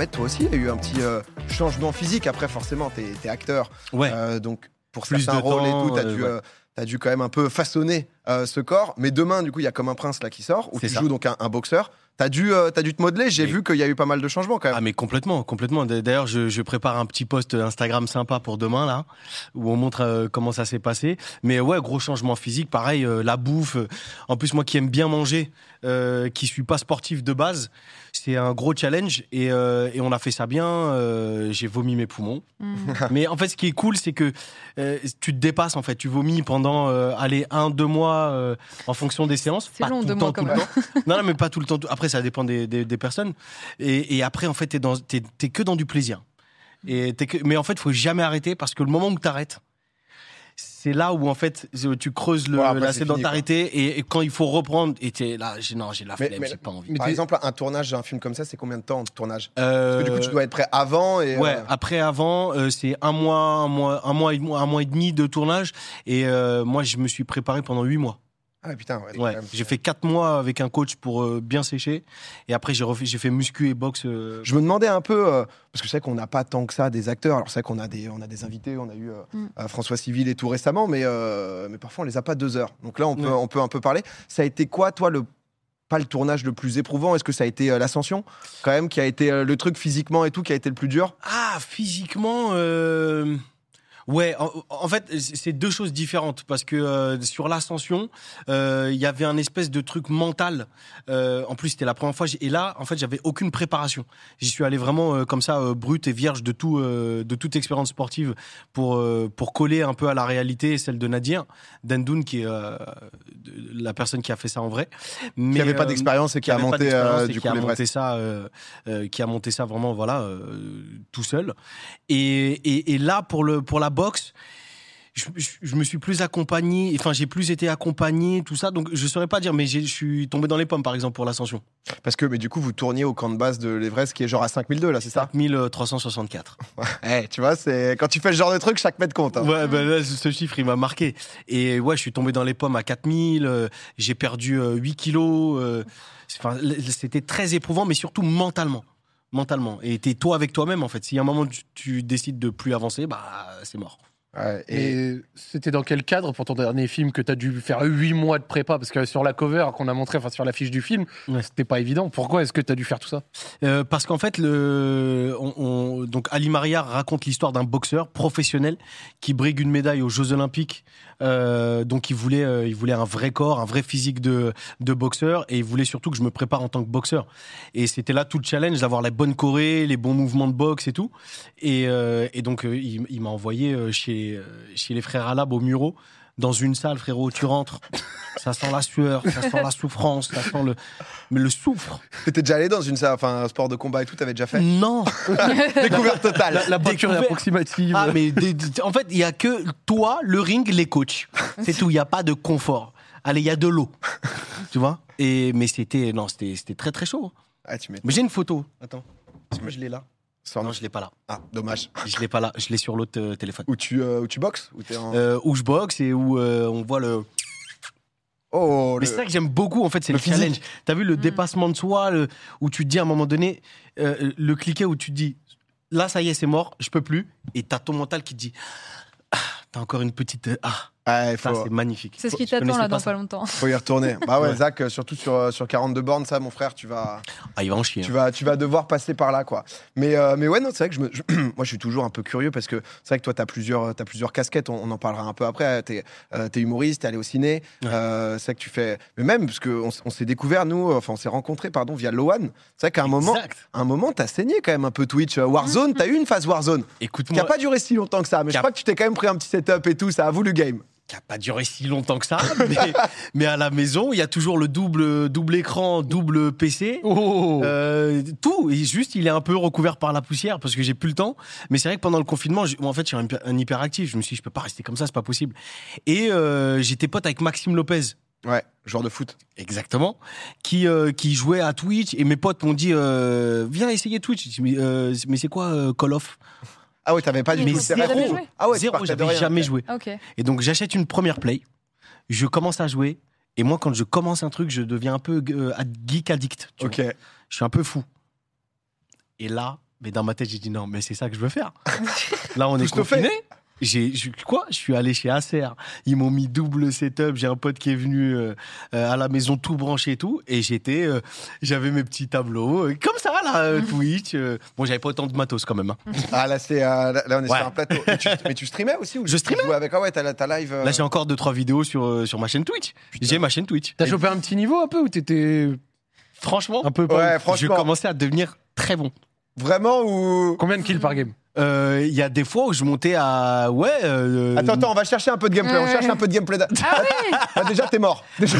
paraît, toi aussi, il y a eu un petit changement physique. Après, forcément, t'es acteur. Ouais. Donc, pour Plus certains de rôles temps, et tout, t'as dû quand même un peu façonner ce corps. Mais demain, du coup, il y a Comme un prince là qui sort, où C'est tu ça. joues donc un boxeur. T'as dû te modeler. J'ai vu qu'il y a eu pas mal de changements quand même. Ah mais complètement. D'ailleurs, je prépare un petit post Instagram sympa pour demain là, où on montre comment ça s'est passé. Mais ouais, gros changement physique, pareil, la bouffe. En plus, moi qui aime bien manger, qui suis pas sportif de base, c'est un gros challenge et on a fait ça bien. J'ai vomi mes poumons. Mais en fait, ce qui est cool, c'est que tu te dépasses en fait. Tu vomis pendant 1-2 mois en fonction des séances. C'est Pas long, tout 2 le mois temps, quand tout le même. temps. Non, mais pas tout le temps. Après, ça dépend des personnes. Et après, en fait, t'es que dans du plaisir. Mais en fait, faut jamais arrêter parce que le moment où t'arrêtes, c'est là où en fait tu creuses Après, la c'est sédentarité et quand il faut reprendre, et t'es là, j'ai la flemme, j'ai pas envie. Par exemple, un tournage d'un film comme ça, c'est combien de temps de tournage? Parce que du coup, tu dois être prêt avant. Ouais, avant, c'est un mois et demi de tournage. Et moi, je me suis préparé pendant 8 mois. Ah putain, ouais. Ouais, j'ai fait 4 mois avec un coach pour bien sécher. Et après, j'ai fait muscu et boxe. Je me demandais un peu, parce que je sais qu'on n'a pas tant que ça des acteurs. Alors, c'est vrai qu'on a des invités, on a eu François Civil et tout récemment, mais parfois, on les a pas 2 heures. Donc là, on peut un peu parler. Ça a été quoi, toi, pas le tournage le plus éprouvant? Est-ce que ça a été l'ascension, quand même, qui a été le truc physiquement et tout, qui a été le plus dur? Ah, physiquement. Ouais, en fait, c'est 2 choses différentes parce que sur l'ascension, il y avait un espèce de truc mental. En plus, c'était la première fois. Et là, en fait, j'avais aucune préparation. J'y suis allé vraiment comme ça, brut et vierge de toute expérience sportive pour coller un peu à la réalité, celle de Nadir Dendoun, qui est la personne qui a fait ça en vrai. Mais Qui n'avait pas d'expérience et qui a monté du coup l'Everest. Qui a monté ça vraiment, voilà, tout seul. Et là, pour la boxe, je me suis plus accompagné, enfin j'ai plus été accompagné, tout ça, donc je saurais pas dire, mais je suis tombé dans les pommes par exemple pour l'ascension. Parce que mais du coup vous tourniez au camp de base de l'Everest qui est genre à 5002 là, c'est ça? 5364. Ouais, tu vois, c'est quand tu fais ce genre de truc, chaque mètre compte. Hein. Ouais, ben là, ce chiffre il m'a marqué. Et ouais, je suis tombé dans les pommes à 4000, j'ai perdu 8 kilos. C'était très éprouvant, mais surtout mentalement. Et t'es toi avec toi-même en fait. Si à un moment tu décides de plus avancer, bah c'est mort. Ouais, Et c'était dans quel cadre pour ton dernier film que tu as dû faire 8 mois de prépa? Parce que sur la cover qu'on a montré, enfin sur l'affiche du film, c'était pas évident. Pourquoi est-ce que tu as dû faire tout ça? Parce qu'en fait, donc Ali Mariar raconte l'histoire d'un boxeur professionnel qui brigue une médaille aux Jeux Olympiques. Donc il voulait un vrai corps, un vrai physique de boxeur, et il voulait surtout que je me prépare en tant que boxeur. Et c'était là tout le challenge, d'avoir la bonne choré, les bons mouvements de boxe et tout. Et donc il m'a envoyé chez les frères Alab au Muro, dans une salle, frérot, tu rentres, ça sent la sueur, ça sent la souffrance, ça sent le soufre. T'étais déjà allé dans une salle, enfin un sport de combat et tout, t'avais déjà fait? Non. Découverte totale. La peinture est approximative. Ah mais en fait, il y a que toi, le ring, les coachs. C'est tout, il y a pas de confort. Allez, il y a de l'eau. Tu vois? Mais c'était très très chaud. Ah, tu m'étonnes. Mais j'ai une photo. Attends. Est-ce que je l'ai là? Non, je l'ai pas là. Ah, dommage. Je l'ai pas là. Je l'ai sur l'autre téléphone. Où tu boxes? Où t'es en... Où je boxe et où on voit le. Oh, mais c'est ça que j'aime beaucoup en fait, c'est le challenge. T'as vu le dépassement de soi, où tu te dis à un moment donné, le cliquet où tu te dis, là ça y est, c'est mort, je peux plus, et t'as ton mental qui te dit, t'as encore une petite. Ça c'est magnifique. C'est ce qui t'attend là dans pas longtemps. Faut y retourner. Bah ouais, Zach, surtout sur 42 bornes, ça, mon frère, tu vas. Ah, il va en chier. Tu vas devoir passer par là, quoi. Mais ouais, non, c'est vrai que moi, je suis toujours un peu curieux parce que c'est vrai que toi, t'as plusieurs casquettes. On en parlera un peu après. T'es humoriste, t'es allé au ciné. Ouais. C'est vrai que tu fais. Mais même parce que on s'est découvert, nous, enfin, on s'est rencontrés, pardon, via Loan. C'est vrai qu'à un moment, t'as saigné quand même un peu Twitch. Warzone, t'as eu une phase Warzone. Écoute-moi. Qui a pas duré si longtemps que ça. Mais je crois que tu t'es quand même pris un petit setup et tout. Ça a voulu game. Qui a pas duré si longtemps que ça, mais à la maison, il y a toujours le double écran, double PC, tout. Et juste, il est un peu recouvert par la poussière parce que j'ai plus le temps. Mais c'est vrai que pendant le confinement, en fait, je suis un hyperactif. Je me suis dit, je peux pas rester comme ça, c'est pas possible. Et j'étais pote avec Maxime Lopez. Ouais, joueur de foot. Exactement. Qui jouait à Twitch. Et mes potes m'ont dit, viens essayer Twitch. Je dis, mais c'est quoi Call of? Ah ouais, t'avais pas du tout. Ah ouais, zéro, j'avais jamais joué. Okay. Et donc j'achète une première play, je commence à jouer, et moi quand je commence un truc, je deviens un peu geek addict. Ok. Je suis un peu fou. Et là, Mais dans ma tête, j'ai dit non, mais c'est ça que je veux faire. Là, on est Tout fait. confiné. Je suis allé chez Acer. Ils m'ont mis double setup. J'ai un pote qui est venu à la maison tout branché et tout. Et j'avais mes petits tableaux. Comme ça, là, Twitch. Bon, j'avais pas autant de matos quand même. Hein. Ah, là, là, on est Ouais. sur un plateau. Mais tu streamais aussi ou Je streamais. Tu jouais avec, ah ouais, t'as live. Là, j'ai encore 2-3 vidéos sur ma chaîne Twitch. J'ai ma chaîne Twitch. T'as chopé un petit niveau un peu ou t'étais Franchement, un peu pas Ouais, je franchement. commençais à devenir très bon. Vraiment ou. Combien de kills par game? Il y a des fois où je montais à... Ouais... Attends, on va chercher un peu de gameplay. On cherche un peu de gameplay. Ah, déjà, t'es mort. Déjà,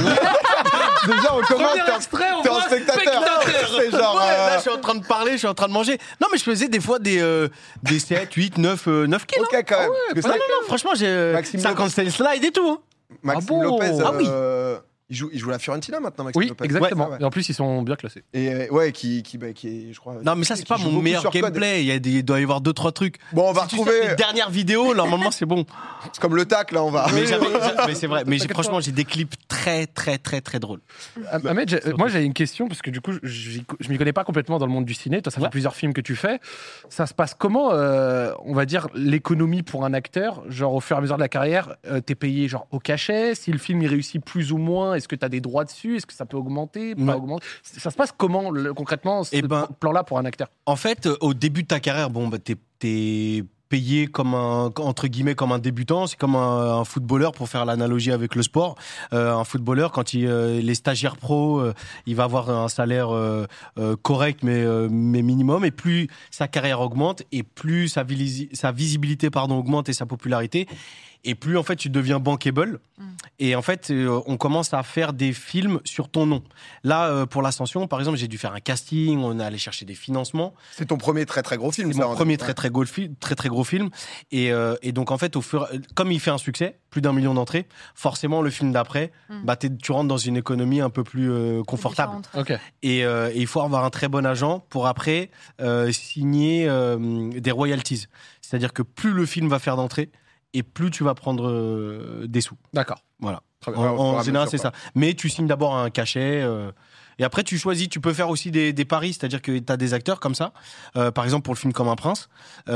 on commence. Premier extrait, on T'es en voit spectateur. C'est genre. Ouais, là, je suis en train de parler, je suis en train de manger. Non, mais je faisais des fois des 7, 8, 9 kills. Ok, quand même. Parce que c'est Non, vrai non, franchement, j'ai Maxime 50 style slide et tout. Hein. que Maxime Ah bon Lopez. Ah oui. Il joue la Fiorentina maintenant, Maxime Oui, Lopez. exactement. Ouais. Et en plus, ils sont bien classés. Et ouais, qui est, je crois. Non, mais ça, c'est qui pas joue mon beaucoup meilleur sur code. gameplay. Il doit y avoir 2-3 trucs. Bon, on va Si tu retrouver. sais, les dernières vidéos, normalement, c'est bon. C'est comme le tac, là, on va. Mais c'est vrai. Mais franchement, j'ai des clips très, très, très, très drôles. Ahmed, moi j'avais une question parce que du coup je m'y connais pas complètement dans le monde du ciné. Toi, ça fait Ouais. plusieurs films que tu fais. Ça se passe comment, on va dire, l'économie pour un acteur? Genre au fur et à mesure de la carrière, t'es payé genre au cachet. Si le film il réussit plus ou moins, est-ce que t'as des droits dessus? Est-ce que ça peut augmenter, Ouais. pas augmenter? Ça se passe comment concrètement ce Eh ben, plan-là pour un acteur? En fait, au début de ta carrière, bon, bah, t'es payé comme entre guillemets comme un débutant. C'est comme un footballeur, pour faire l'analogie avec le sport. Un footballeur, quand les stagiaires pro, il va avoir un salaire correct, mais minimum. Et plus sa carrière augmente, et plus sa visibilité augmente, et sa popularité. Et plus en fait tu deviens bankable. Et en fait on commence à faire des films sur ton nom. Là pour l'Ascension par exemple, j'ai dû faire un casting, on est allé chercher des financements. C'est ton premier très très gros film, C'est ça. mon premier très gros film. Et donc en fait comme il fait un succès, plus d'1 million d'entrées, forcément le film d'après, bah, tu rentres dans une économie un peu plus confortable. Ok. Et il faut avoir un très bon agent pour après signer des royalties. C'est-à-dire que plus le film va faire d'entrées, et plus tu vas prendre des sous. D'accord. Voilà. Très bien. En général, c'est ça. Mais tu signes d'abord un cachet. Et après, tu choisis. Tu peux faire aussi des paris. C'est-à-dire que tu as des acteurs comme ça. Par exemple, pour le film Comme un prince,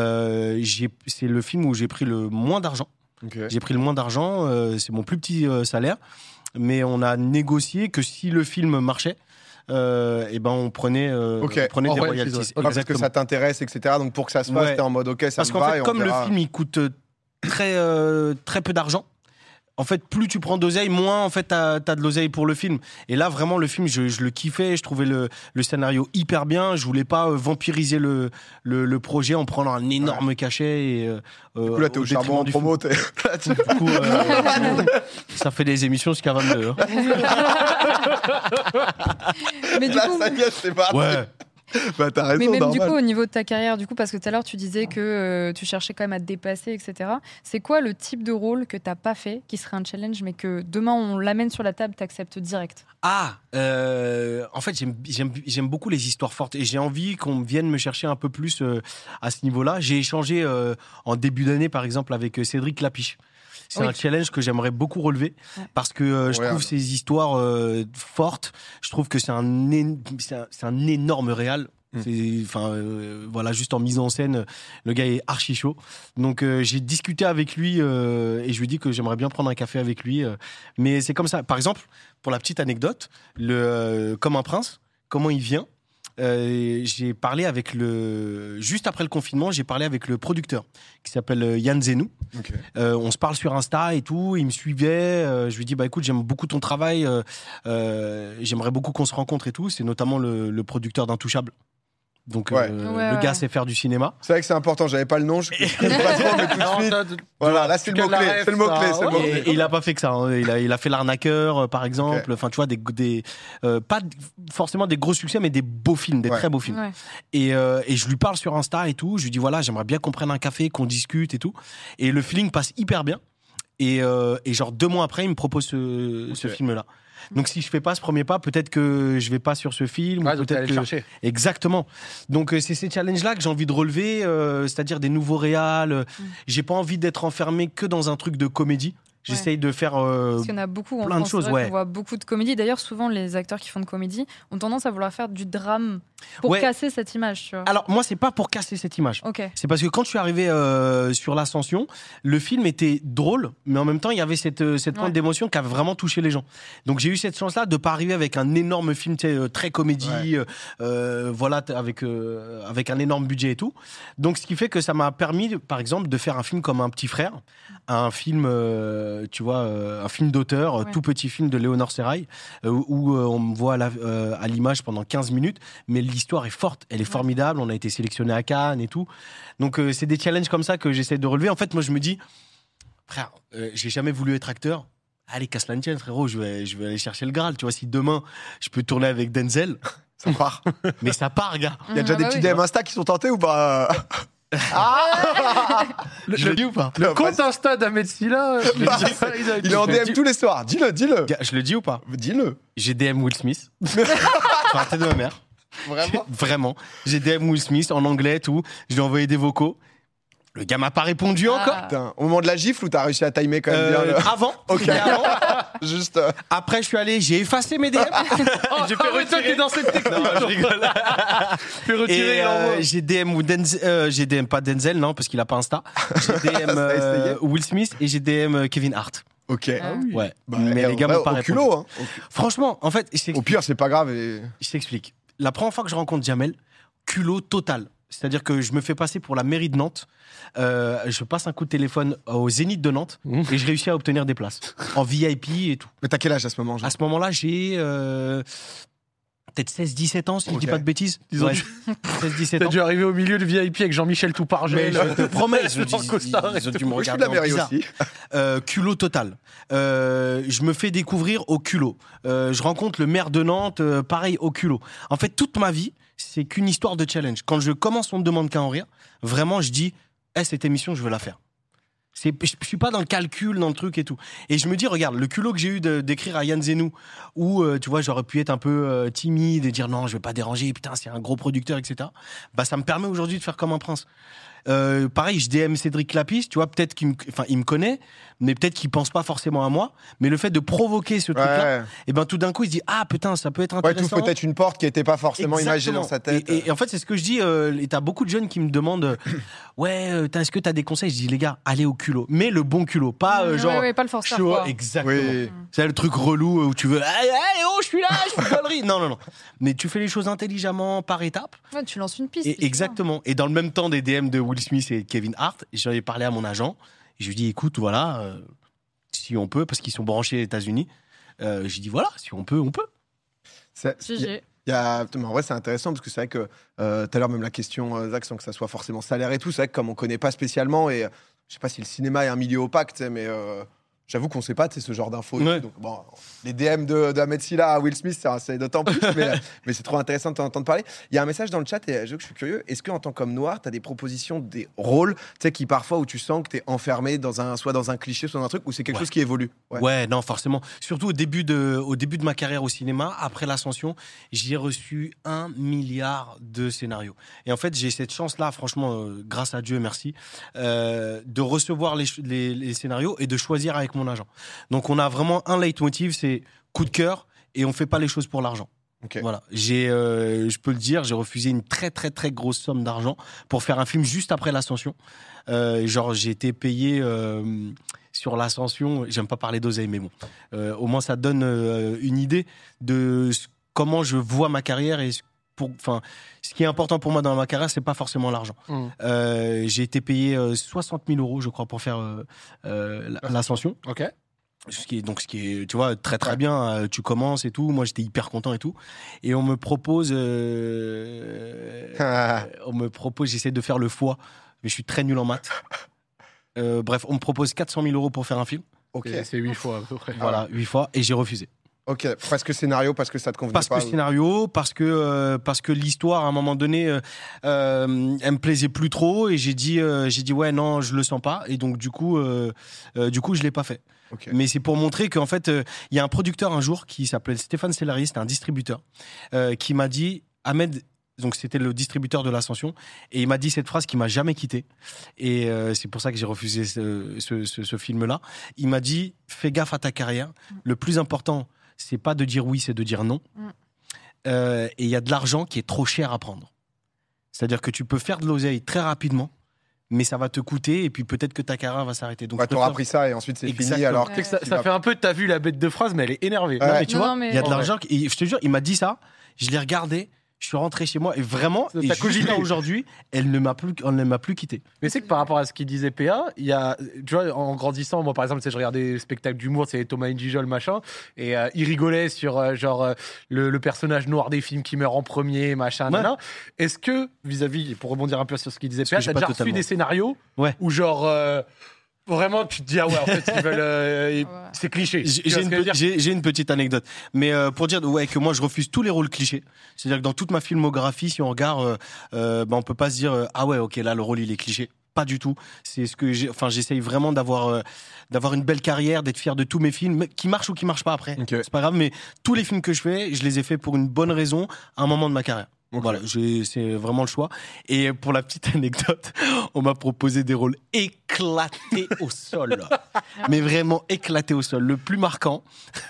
c'est le film où j'ai pris le moins d'argent. Ok. J'ai pris le moins d'argent. C'est mon plus petit salaire. Mais on a négocié que si le film marchait, et ben on prenait des En royalties. royalties, ouais. Ah, parce que ça t'intéresse, etc. Donc pour que ça se fasse, Ouais. t'es en mode ok, ça Parce me qu'en va. fait, et on comme le verra. film il coûte très peu d'argent, en fait, plus tu prends d'oseille, moins en fait t'as de l'oseille pour le film. Et là, vraiment, le film, je le kiffais. Je trouvais le scénario hyper bien. Je voulais pas vampiriser le projet en prenant un énorme cachet. Et, Du coup, là, t'es au charbon en promo. T'es... Du coup, ça fait des émissions jusqu'à 22. Hein. Mais du Là, coup, ça y est, c'est pas. Ouais. Bah, t'as raison, mais même normal. du coup, au niveau de ta carrière, du coup, parce que tout à l'heure, tu disais que tu cherchais quand même à te dépasser, etc. C'est quoi le type de rôle que t'as pas fait, qui serait un challenge, mais que demain, on l'amène sur la table, t'acceptes direct? En fait, j'aime beaucoup les histoires fortes et j'ai envie qu'on vienne me chercher un peu plus à ce niveau-là. J'ai échangé en début d'année, par exemple, avec Cédric Lapiche. C'est Oui. un challenge que j'aimerais beaucoup relever parce que je trouve ces histoires fortes. Je trouve que c'est un énorme réal. Voilà, juste en mise en scène, le gars est archi chaud. Donc j'ai discuté avec lui et je lui ai dit que j'aimerais bien prendre un café avec lui. Mais c'est comme ça. Par exemple, pour la petite anecdote, Comme un prince, comment il vient. J'ai parlé juste après le confinement, j'ai parlé avec le producteur qui s'appelle Yann Zenou. Ok. On se parle sur Insta et tout, il me suivait. Je lui dis bah écoute, j'aime beaucoup ton travail, j'aimerais beaucoup qu'on se rencontre et tout. C'est notamment le producteur d'Intouchable. Donc Ouais. le gars sait faire du cinéma. C'est vrai que c'est important, j'avais pas le nom, je connais pas trop, mais tout de suite. Voilà, là c'est le mot-clé, c'est le mot-clé, c'est le mot-clé. Et il a pas fait que ça. Hein. Il a fait L'Arnaqueur, par exemple. Enfin, tu vois, pas forcément des gros succès, mais des beaux films, des très beaux films. Ouais. Et je lui parle sur Insta et tout. Je lui dis voilà, j'aimerais bien qu'on prenne un café, qu'on discute et tout. Et le feeling passe hyper bien. Et genre 2 mois après, il me propose ce film-là. Donc si je fais pas ce premier pas, peut-être que je vais pas sur ce film. Ouais, ou donc t'es peut-être allé le chercher. Exactement. Donc c'est ces challenges-là que j'ai envie de relever, c'est-à-dire des nouveaux réals. J'ai pas envie d'être enfermé que dans un truc de comédie. J'essaye de faire Parce qu'il y en a beaucoup en plein de France, choses, c'est vrai ouais. qu'on voit beaucoup de comédies. D'ailleurs, souvent, les acteurs qui font de comédie ont tendance à vouloir faire du drame pour Ouais. casser cette image, tu vois. Alors moi, c'est pas pour casser cette image. Ok. C'est parce que quand je suis arrivé sur l'Ascension, le film était drôle, mais en même temps, il y avait cette pointe Ouais. d'émotion qui avait vraiment touché les gens. Donc j'ai eu cette chance-là de pas arriver avec un énorme film, tu sais, très comédie, voilà, avec un énorme budget et tout. Donc ce qui fait que ça m'a permis, par exemple, de faire un film comme Un petit frère, un film, tu vois, un film d'auteur, Ouais. tout petit film de Léonore Serrail, où on me voit à l'image pendant 15 minutes, mais l'histoire est forte, elle est formidable, on a été sélectionné à Cannes et tout. Donc c'est des challenges comme ça que j'essaie de relever. En fait, moi je me dis, frère, j'ai jamais voulu être acteur. Allez, casse la tienne, frérot, je vais aller chercher le Graal. Tu vois, si demain je peux tourner avec Denzel, Ça part. mais ça part, gars. Il y a déjà Ah des bah petits oui. DM Insta qui sont tentés ou pas? Je le dis ou pas? Le compte Insta d'Ahmed Silla, Il est en DM tous les soirs. Dis-le. Gars, je le dis ou pas? Dis-le. J'ai DM Will Smith. Sur la tête de ma mère. Vraiment. Vraiment. J'ai DM Will Smith en anglais, tout. Je lui ai envoyé des vocaux. Le gars m'a pas répondu encore. Ah. Putain, au moment de la gifle ou t'as réussi à timer quand même bien le... Avant. Ok. C'était avant. Juste. Après, je suis allé, j'ai effacé mes DM. J'ai fait retirer. dans cette technique. Non, je rigole. Fait retirer Et l'envoi. j'ai DM ou Denzel, j'ai DM pas Denzel, non, parce qu'il a pas Insta. J'ai DM T'as essayé Will Smith et j'ai DM Kevin Hart. Ok. Ah Ouais. Bah, mais les gars m'ont pas au répondu. culot, hein. Franchement, en fait, Au pire, c'est pas grave. Et... je t'explique. La première fois que je rencontre Jamel, culot total. C'est-à-dire que je me fais passer pour la mairie de Nantes. Je passe un coup de téléphone au Zénith de Nantes et je réussis à obtenir des places en VIP et tout. Mais t'as quel âge à ce moment, genre À ce moment-là, j'ai peut-être 16-17 ans, si je dis Ok. pas de bêtises. Ils ont Ouais, dû- 16-17 T'as ans. dû arriver au milieu de VIP avec Jean-Michel Mais Toupargel. je te promets, ils ont Jean Costard et dû tout. me Moi, je suis regarder de la en mairie bizarre. aussi. Culot total. Je me fais découvrir au culot. Je rencontre le maire de Nantes, pareil au culot. En fait, toute ma vie, c'est qu'une histoire de challenge. Quand je commence, on me demande qu'à en rire. Vraiment, je dis, cette émission, je veux la faire. Je suis pas dans le calcul, dans le truc et tout. Et je me dis, regarde, le culot que j'ai eu d'écrire à Yann Zenou, où, tu vois, j'aurais pu être un peu timide et dire non, je vais pas déranger, putain, c'est un gros producteur, etc. Bah, ça me permet aujourd'hui de faire comme un prince. Pareil, je DM Cédric Clapis, tu vois, peut-être il me connaît, mais peut-être qu'il pense pas forcément à moi. Mais le fait de provoquer ce truc-là, Ouais. et ben tout d'un coup, il se dit, ah putain, ça peut être Ouais, intéressant. tout peut-être une porte qui était pas forcément imagée Exactement. dans sa tête. Et en fait, c'est ce que je dis. Et t'as beaucoup de jeunes qui me demandent ouais, est-ce que t'as des conseils? Je dis, les gars, allez au culot. Mais le bon culot. Pas genre. Ouais, pas le forcer. chaud, exactement. Oui. C'est le truc relou où tu veux. Allez, oh, je suis là, je fais connerie. Non. Mais tu fais les choses intelligemment par étapes. Ouais, tu lances une piste. Et exactement. Et dans le même temps des DM de Will Smith et Kevin Hart, j'en ai parlé à mon agent. Et je lui ai dit, écoute, voilà, si on peut, parce qu'ils sont branchés aux États-Unis. J'ai dit, voilà, si on peut, on peut. GG. Mais en vrai, c'est intéressant parce que c'est vrai que tout à l'heure, même la question, Zach, sans que ça soit forcément salaire et tout, c'est vrai que comme on connaît pas spécialement, et je sais pas si le cinéma est un milieu opaque, tu sais, mais j'avoue qu'on sait pas, tu sais, ce genre d'infos. Ouais. Donc, bon, les DM de Ahmed Silla à Will Smith, c'est d'autant plus, mais c'est trop intéressant de t'entendre parler. Il y a un message dans le chat et je suis curieux. Est-ce qu'en tant qu'homme noir, tu as des propositions, des rôles, tu sais, qui parfois où tu sens que tu es enfermé soit dans un cliché, soit dans un truc, ou c'est quelque Ouais. chose qui évolue? Ouais, non, forcément. Surtout au début de ma carrière au cinéma, après l'ascension, j'ai reçu 1 milliard de scénarios. Et en fait, j'ai cette chance-là, franchement, grâce à Dieu, merci, de recevoir les scénarios et de choisir avec mon agent. Donc, on a vraiment un leitmotiv, c'est coup de cœur et on fait pas les choses pour l'argent. Ok. Voilà, je peux le dire, j'ai refusé une très très très grosse somme d'argent pour faire un film juste après l'ascension. Genre, j'ai été payé sur l'ascension. J'aime pas parler d'oseille, mais bon, au moins ça donne une idée de comment je vois ma carrière et ce qui est important pour moi dans ma carrière, c'est pas forcément l'argent. J'ai été payé 60 000 euros, je crois, pour faire l'ascension. Ok. Ce qui est, tu vois, très très bien. Tu commences et tout. Moi, j'étais hyper content et tout. Et on me propose, j'essaie de faire le foie, mais je suis très nul en maths. Bref, on me propose 400 000 euros pour faire un film. Ok. C'est 8 fois à peu près. Voilà, 8 fois, et j'ai refusé. Ok. Parce que scénario, parce que ça te convenait Parce pas. que scénario, parce que l'histoire, à un moment donné, elle me plaisait plus trop, et j'ai dit ouais, non, je le sens pas, et donc du coup, je l'ai pas fait. Ok. Mais c'est pour montrer qu'en fait, il y a un producteur un jour qui s'appelait Stéphane Sellari, c'était un distributeur, qui m'a dit, Ahmed, Donc c'était le distributeur de l'Ascension et il m'a dit cette phrase qui m'a jamais quitté et c'est pour ça que j'ai refusé ce film-là. Il m'a dit fais gaffe à ta carrière. Le plus important c'est pas de dire oui, c'est de dire non. Et il y a de l'argent qui est trop cher à prendre. C'est-à-dire que tu peux faire de l'oseille très rapidement, mais ça va te coûter et puis peut-être que ta carrière va s'arrêter. Donc tu auras appris ça et ensuite c'est fini. Exactement. Alors Tu sais que ça fait un peu, t'as vu la bête de phrase, mais elle est énervée. Ouais. Non, mais tu Non, vois, mais- il y a de l'argent. Et je te jure, il m'a dit ça. Je l'ai regardé. Je suis rentré chez moi et vraiment, Ça et t'a jusqu'à cogité. aujourd'hui, elle ne m'a plus quitté. Mais c'est que par rapport à ce qu'il disait PA, il y a, tu vois, en grandissant, moi par exemple, je regardais des spectacles d'humour, c'est Thomas N'Gijol, machin, et il rigolait sur le personnage noir des films qui meurt en premier, machin, Ouais. nanana. Est-ce que, vis-à-vis, pour rebondir un peu sur ce qu'il disait Parce PA, que j'ai t'as pas déjà reçu totalement. des scénarios Ouais. où vraiment tu te dis, ah ouais, en fait, ils veulent, c'est cliché. Tu vois ce que je veux dire J'ai une petite anecdote. Mais pour dire que moi, je refuse tous les rôles clichés. C'est-à-dire que dans toute ma filmographie, si on regarde, on peut pas se dire ah ouais, ok, là, le rôle, il est cliché. Pas du tout. C'est ce que j'essaye vraiment d'avoir une belle carrière, d'être fier de tous mes films, qui marchent ou qui marchent pas après. Ok. C'est pas grave, mais tous les films que je fais, je les ai faits pour une bonne raison à un moment de ma carrière. Ok. Voilà, c'est vraiment le choix. Et pour la petite anecdote, on m'a proposé des rôles éclatés au sol. Mais vraiment éclatés au sol. Le plus marquant.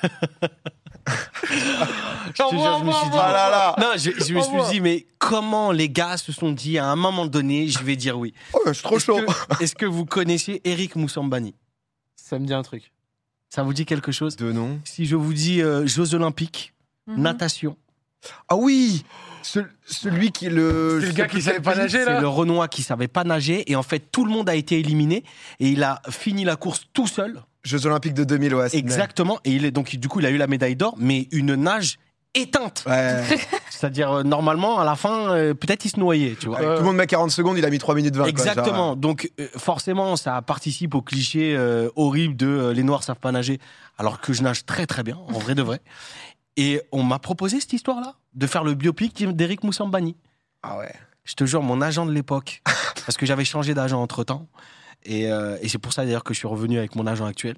Je te jure, je me suis dit. Ah là là. Non, je me suis dit, mais comment les gars se sont dit à un moment donné, je vais dire oui. Oh, je suis trop chaud. Est-ce que vous connaissez Eric Moussambani? Ça me dit un truc. Ça vous dit quelque chose? De nom. Si je vous dis Jeux Olympiques, natation, Ah oui, celui qui est le. C'est le je gars sais qui plus savait quel pas pays. nager, c'est là. le Renoir qui savait pas nager et en fait tout le monde a été éliminé et il a fini la course tout seul. Jeux Olympiques de 2000, ouais. Sydney. Exactement. Et du coup il a eu la médaille d'or, mais une nage éteinte. Ouais. C'est-à-dire normalement à la fin peut-être il se noyait, tu vois. Tout le monde met 40 secondes, il a mis 3 minutes 20. quoi, Exactement. genre, Donc forcément, ça participe au cliché horrible de les Noirs savent pas nager, alors que je nage très très bien, en vrai de vrai. Et on m'a proposé cette histoire-là, de faire le biopic d'Eric Moussambani. Ah ouais. Je te jure, mon agent de l'époque, parce que j'avais changé d'agent entre-temps, et c'est pour ça d'ailleurs que je suis revenu avec mon agent actuel.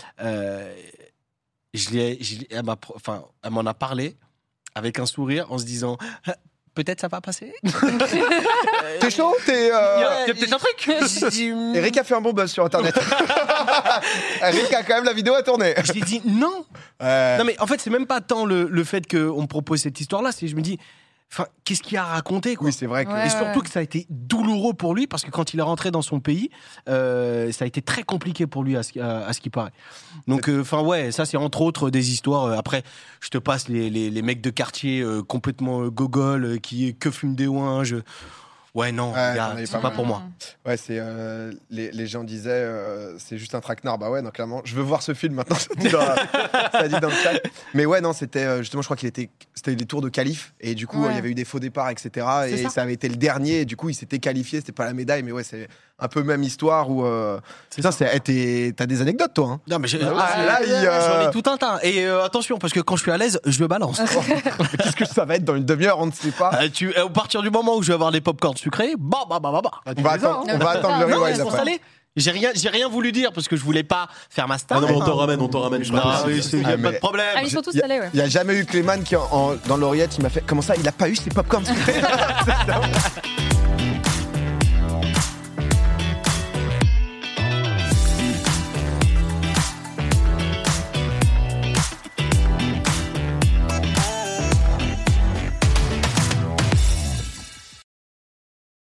Elle m'en a parlé avec un sourire en se disant... Peut-être ça va passer. T'es chaud? Il y a peut-être un truc. Eric a fait un bon buzz sur internet. Eric a quand même la vidéo à tourner. Je lui ai dit non. Ouais. Non mais en fait c'est même pas tant le fait qu'on me propose cette histoire-là, c'est je me dis, qu'est-ce qu'il a raconté quoi. Oui, c'est vrai que. Ouais. Et surtout que ça a été douloureux pour lui parce que quand il est rentré dans son pays, ça a été très compliqué pour lui à ce qui paraît. Donc, ça c'est entre autres des histoires. Après, je te passe les mecs de quartier complètement gogol qui que fument des ouinges. Ouais, non, Ouais, gars, j'en avais c'est pas pas mal. pour moi. Ouais, c'est les gens disaient c'est juste un traquenard. Bah ouais, non, clairement. Je veux voir ce film maintenant. Ça dit dans le chat. Mais ouais, non, c'était justement, je crois c'était les tours de qualif et du coup, Ouais. il y avait eu des faux départs, etc. C'est Et ça. ça avait été le dernier. Et du coup, il s'était qualifié. C'était pas la médaille, mais ouais, c'est un peu même histoire où. C'est Putain, ça. t'as des anecdotes, toi. Hein. Non, mais là, j'en ai tout un tas. Et attention, parce que quand je suis à l'aise, je le balance. Mais qu'est-ce que ça va être dans une demi-heure On ne sait pas. À partir du moment où je vais avoir des pop-corns sucrés, bah. On va attendre le Non, rewind ils sont après. salés. J'ai rien voulu dire parce que je voulais pas faire ma star. Ah non, mais on t'en ramène, je Non, t'en oui, il n'y a Ah, pas mais- de problème. Ah, ils sont tous Y a- salés, ouais. Il n'y a jamais eu Clément qui, dans l'oreillette, il m'a fait. Comment ça, il a pas eu ses popcorns sucrés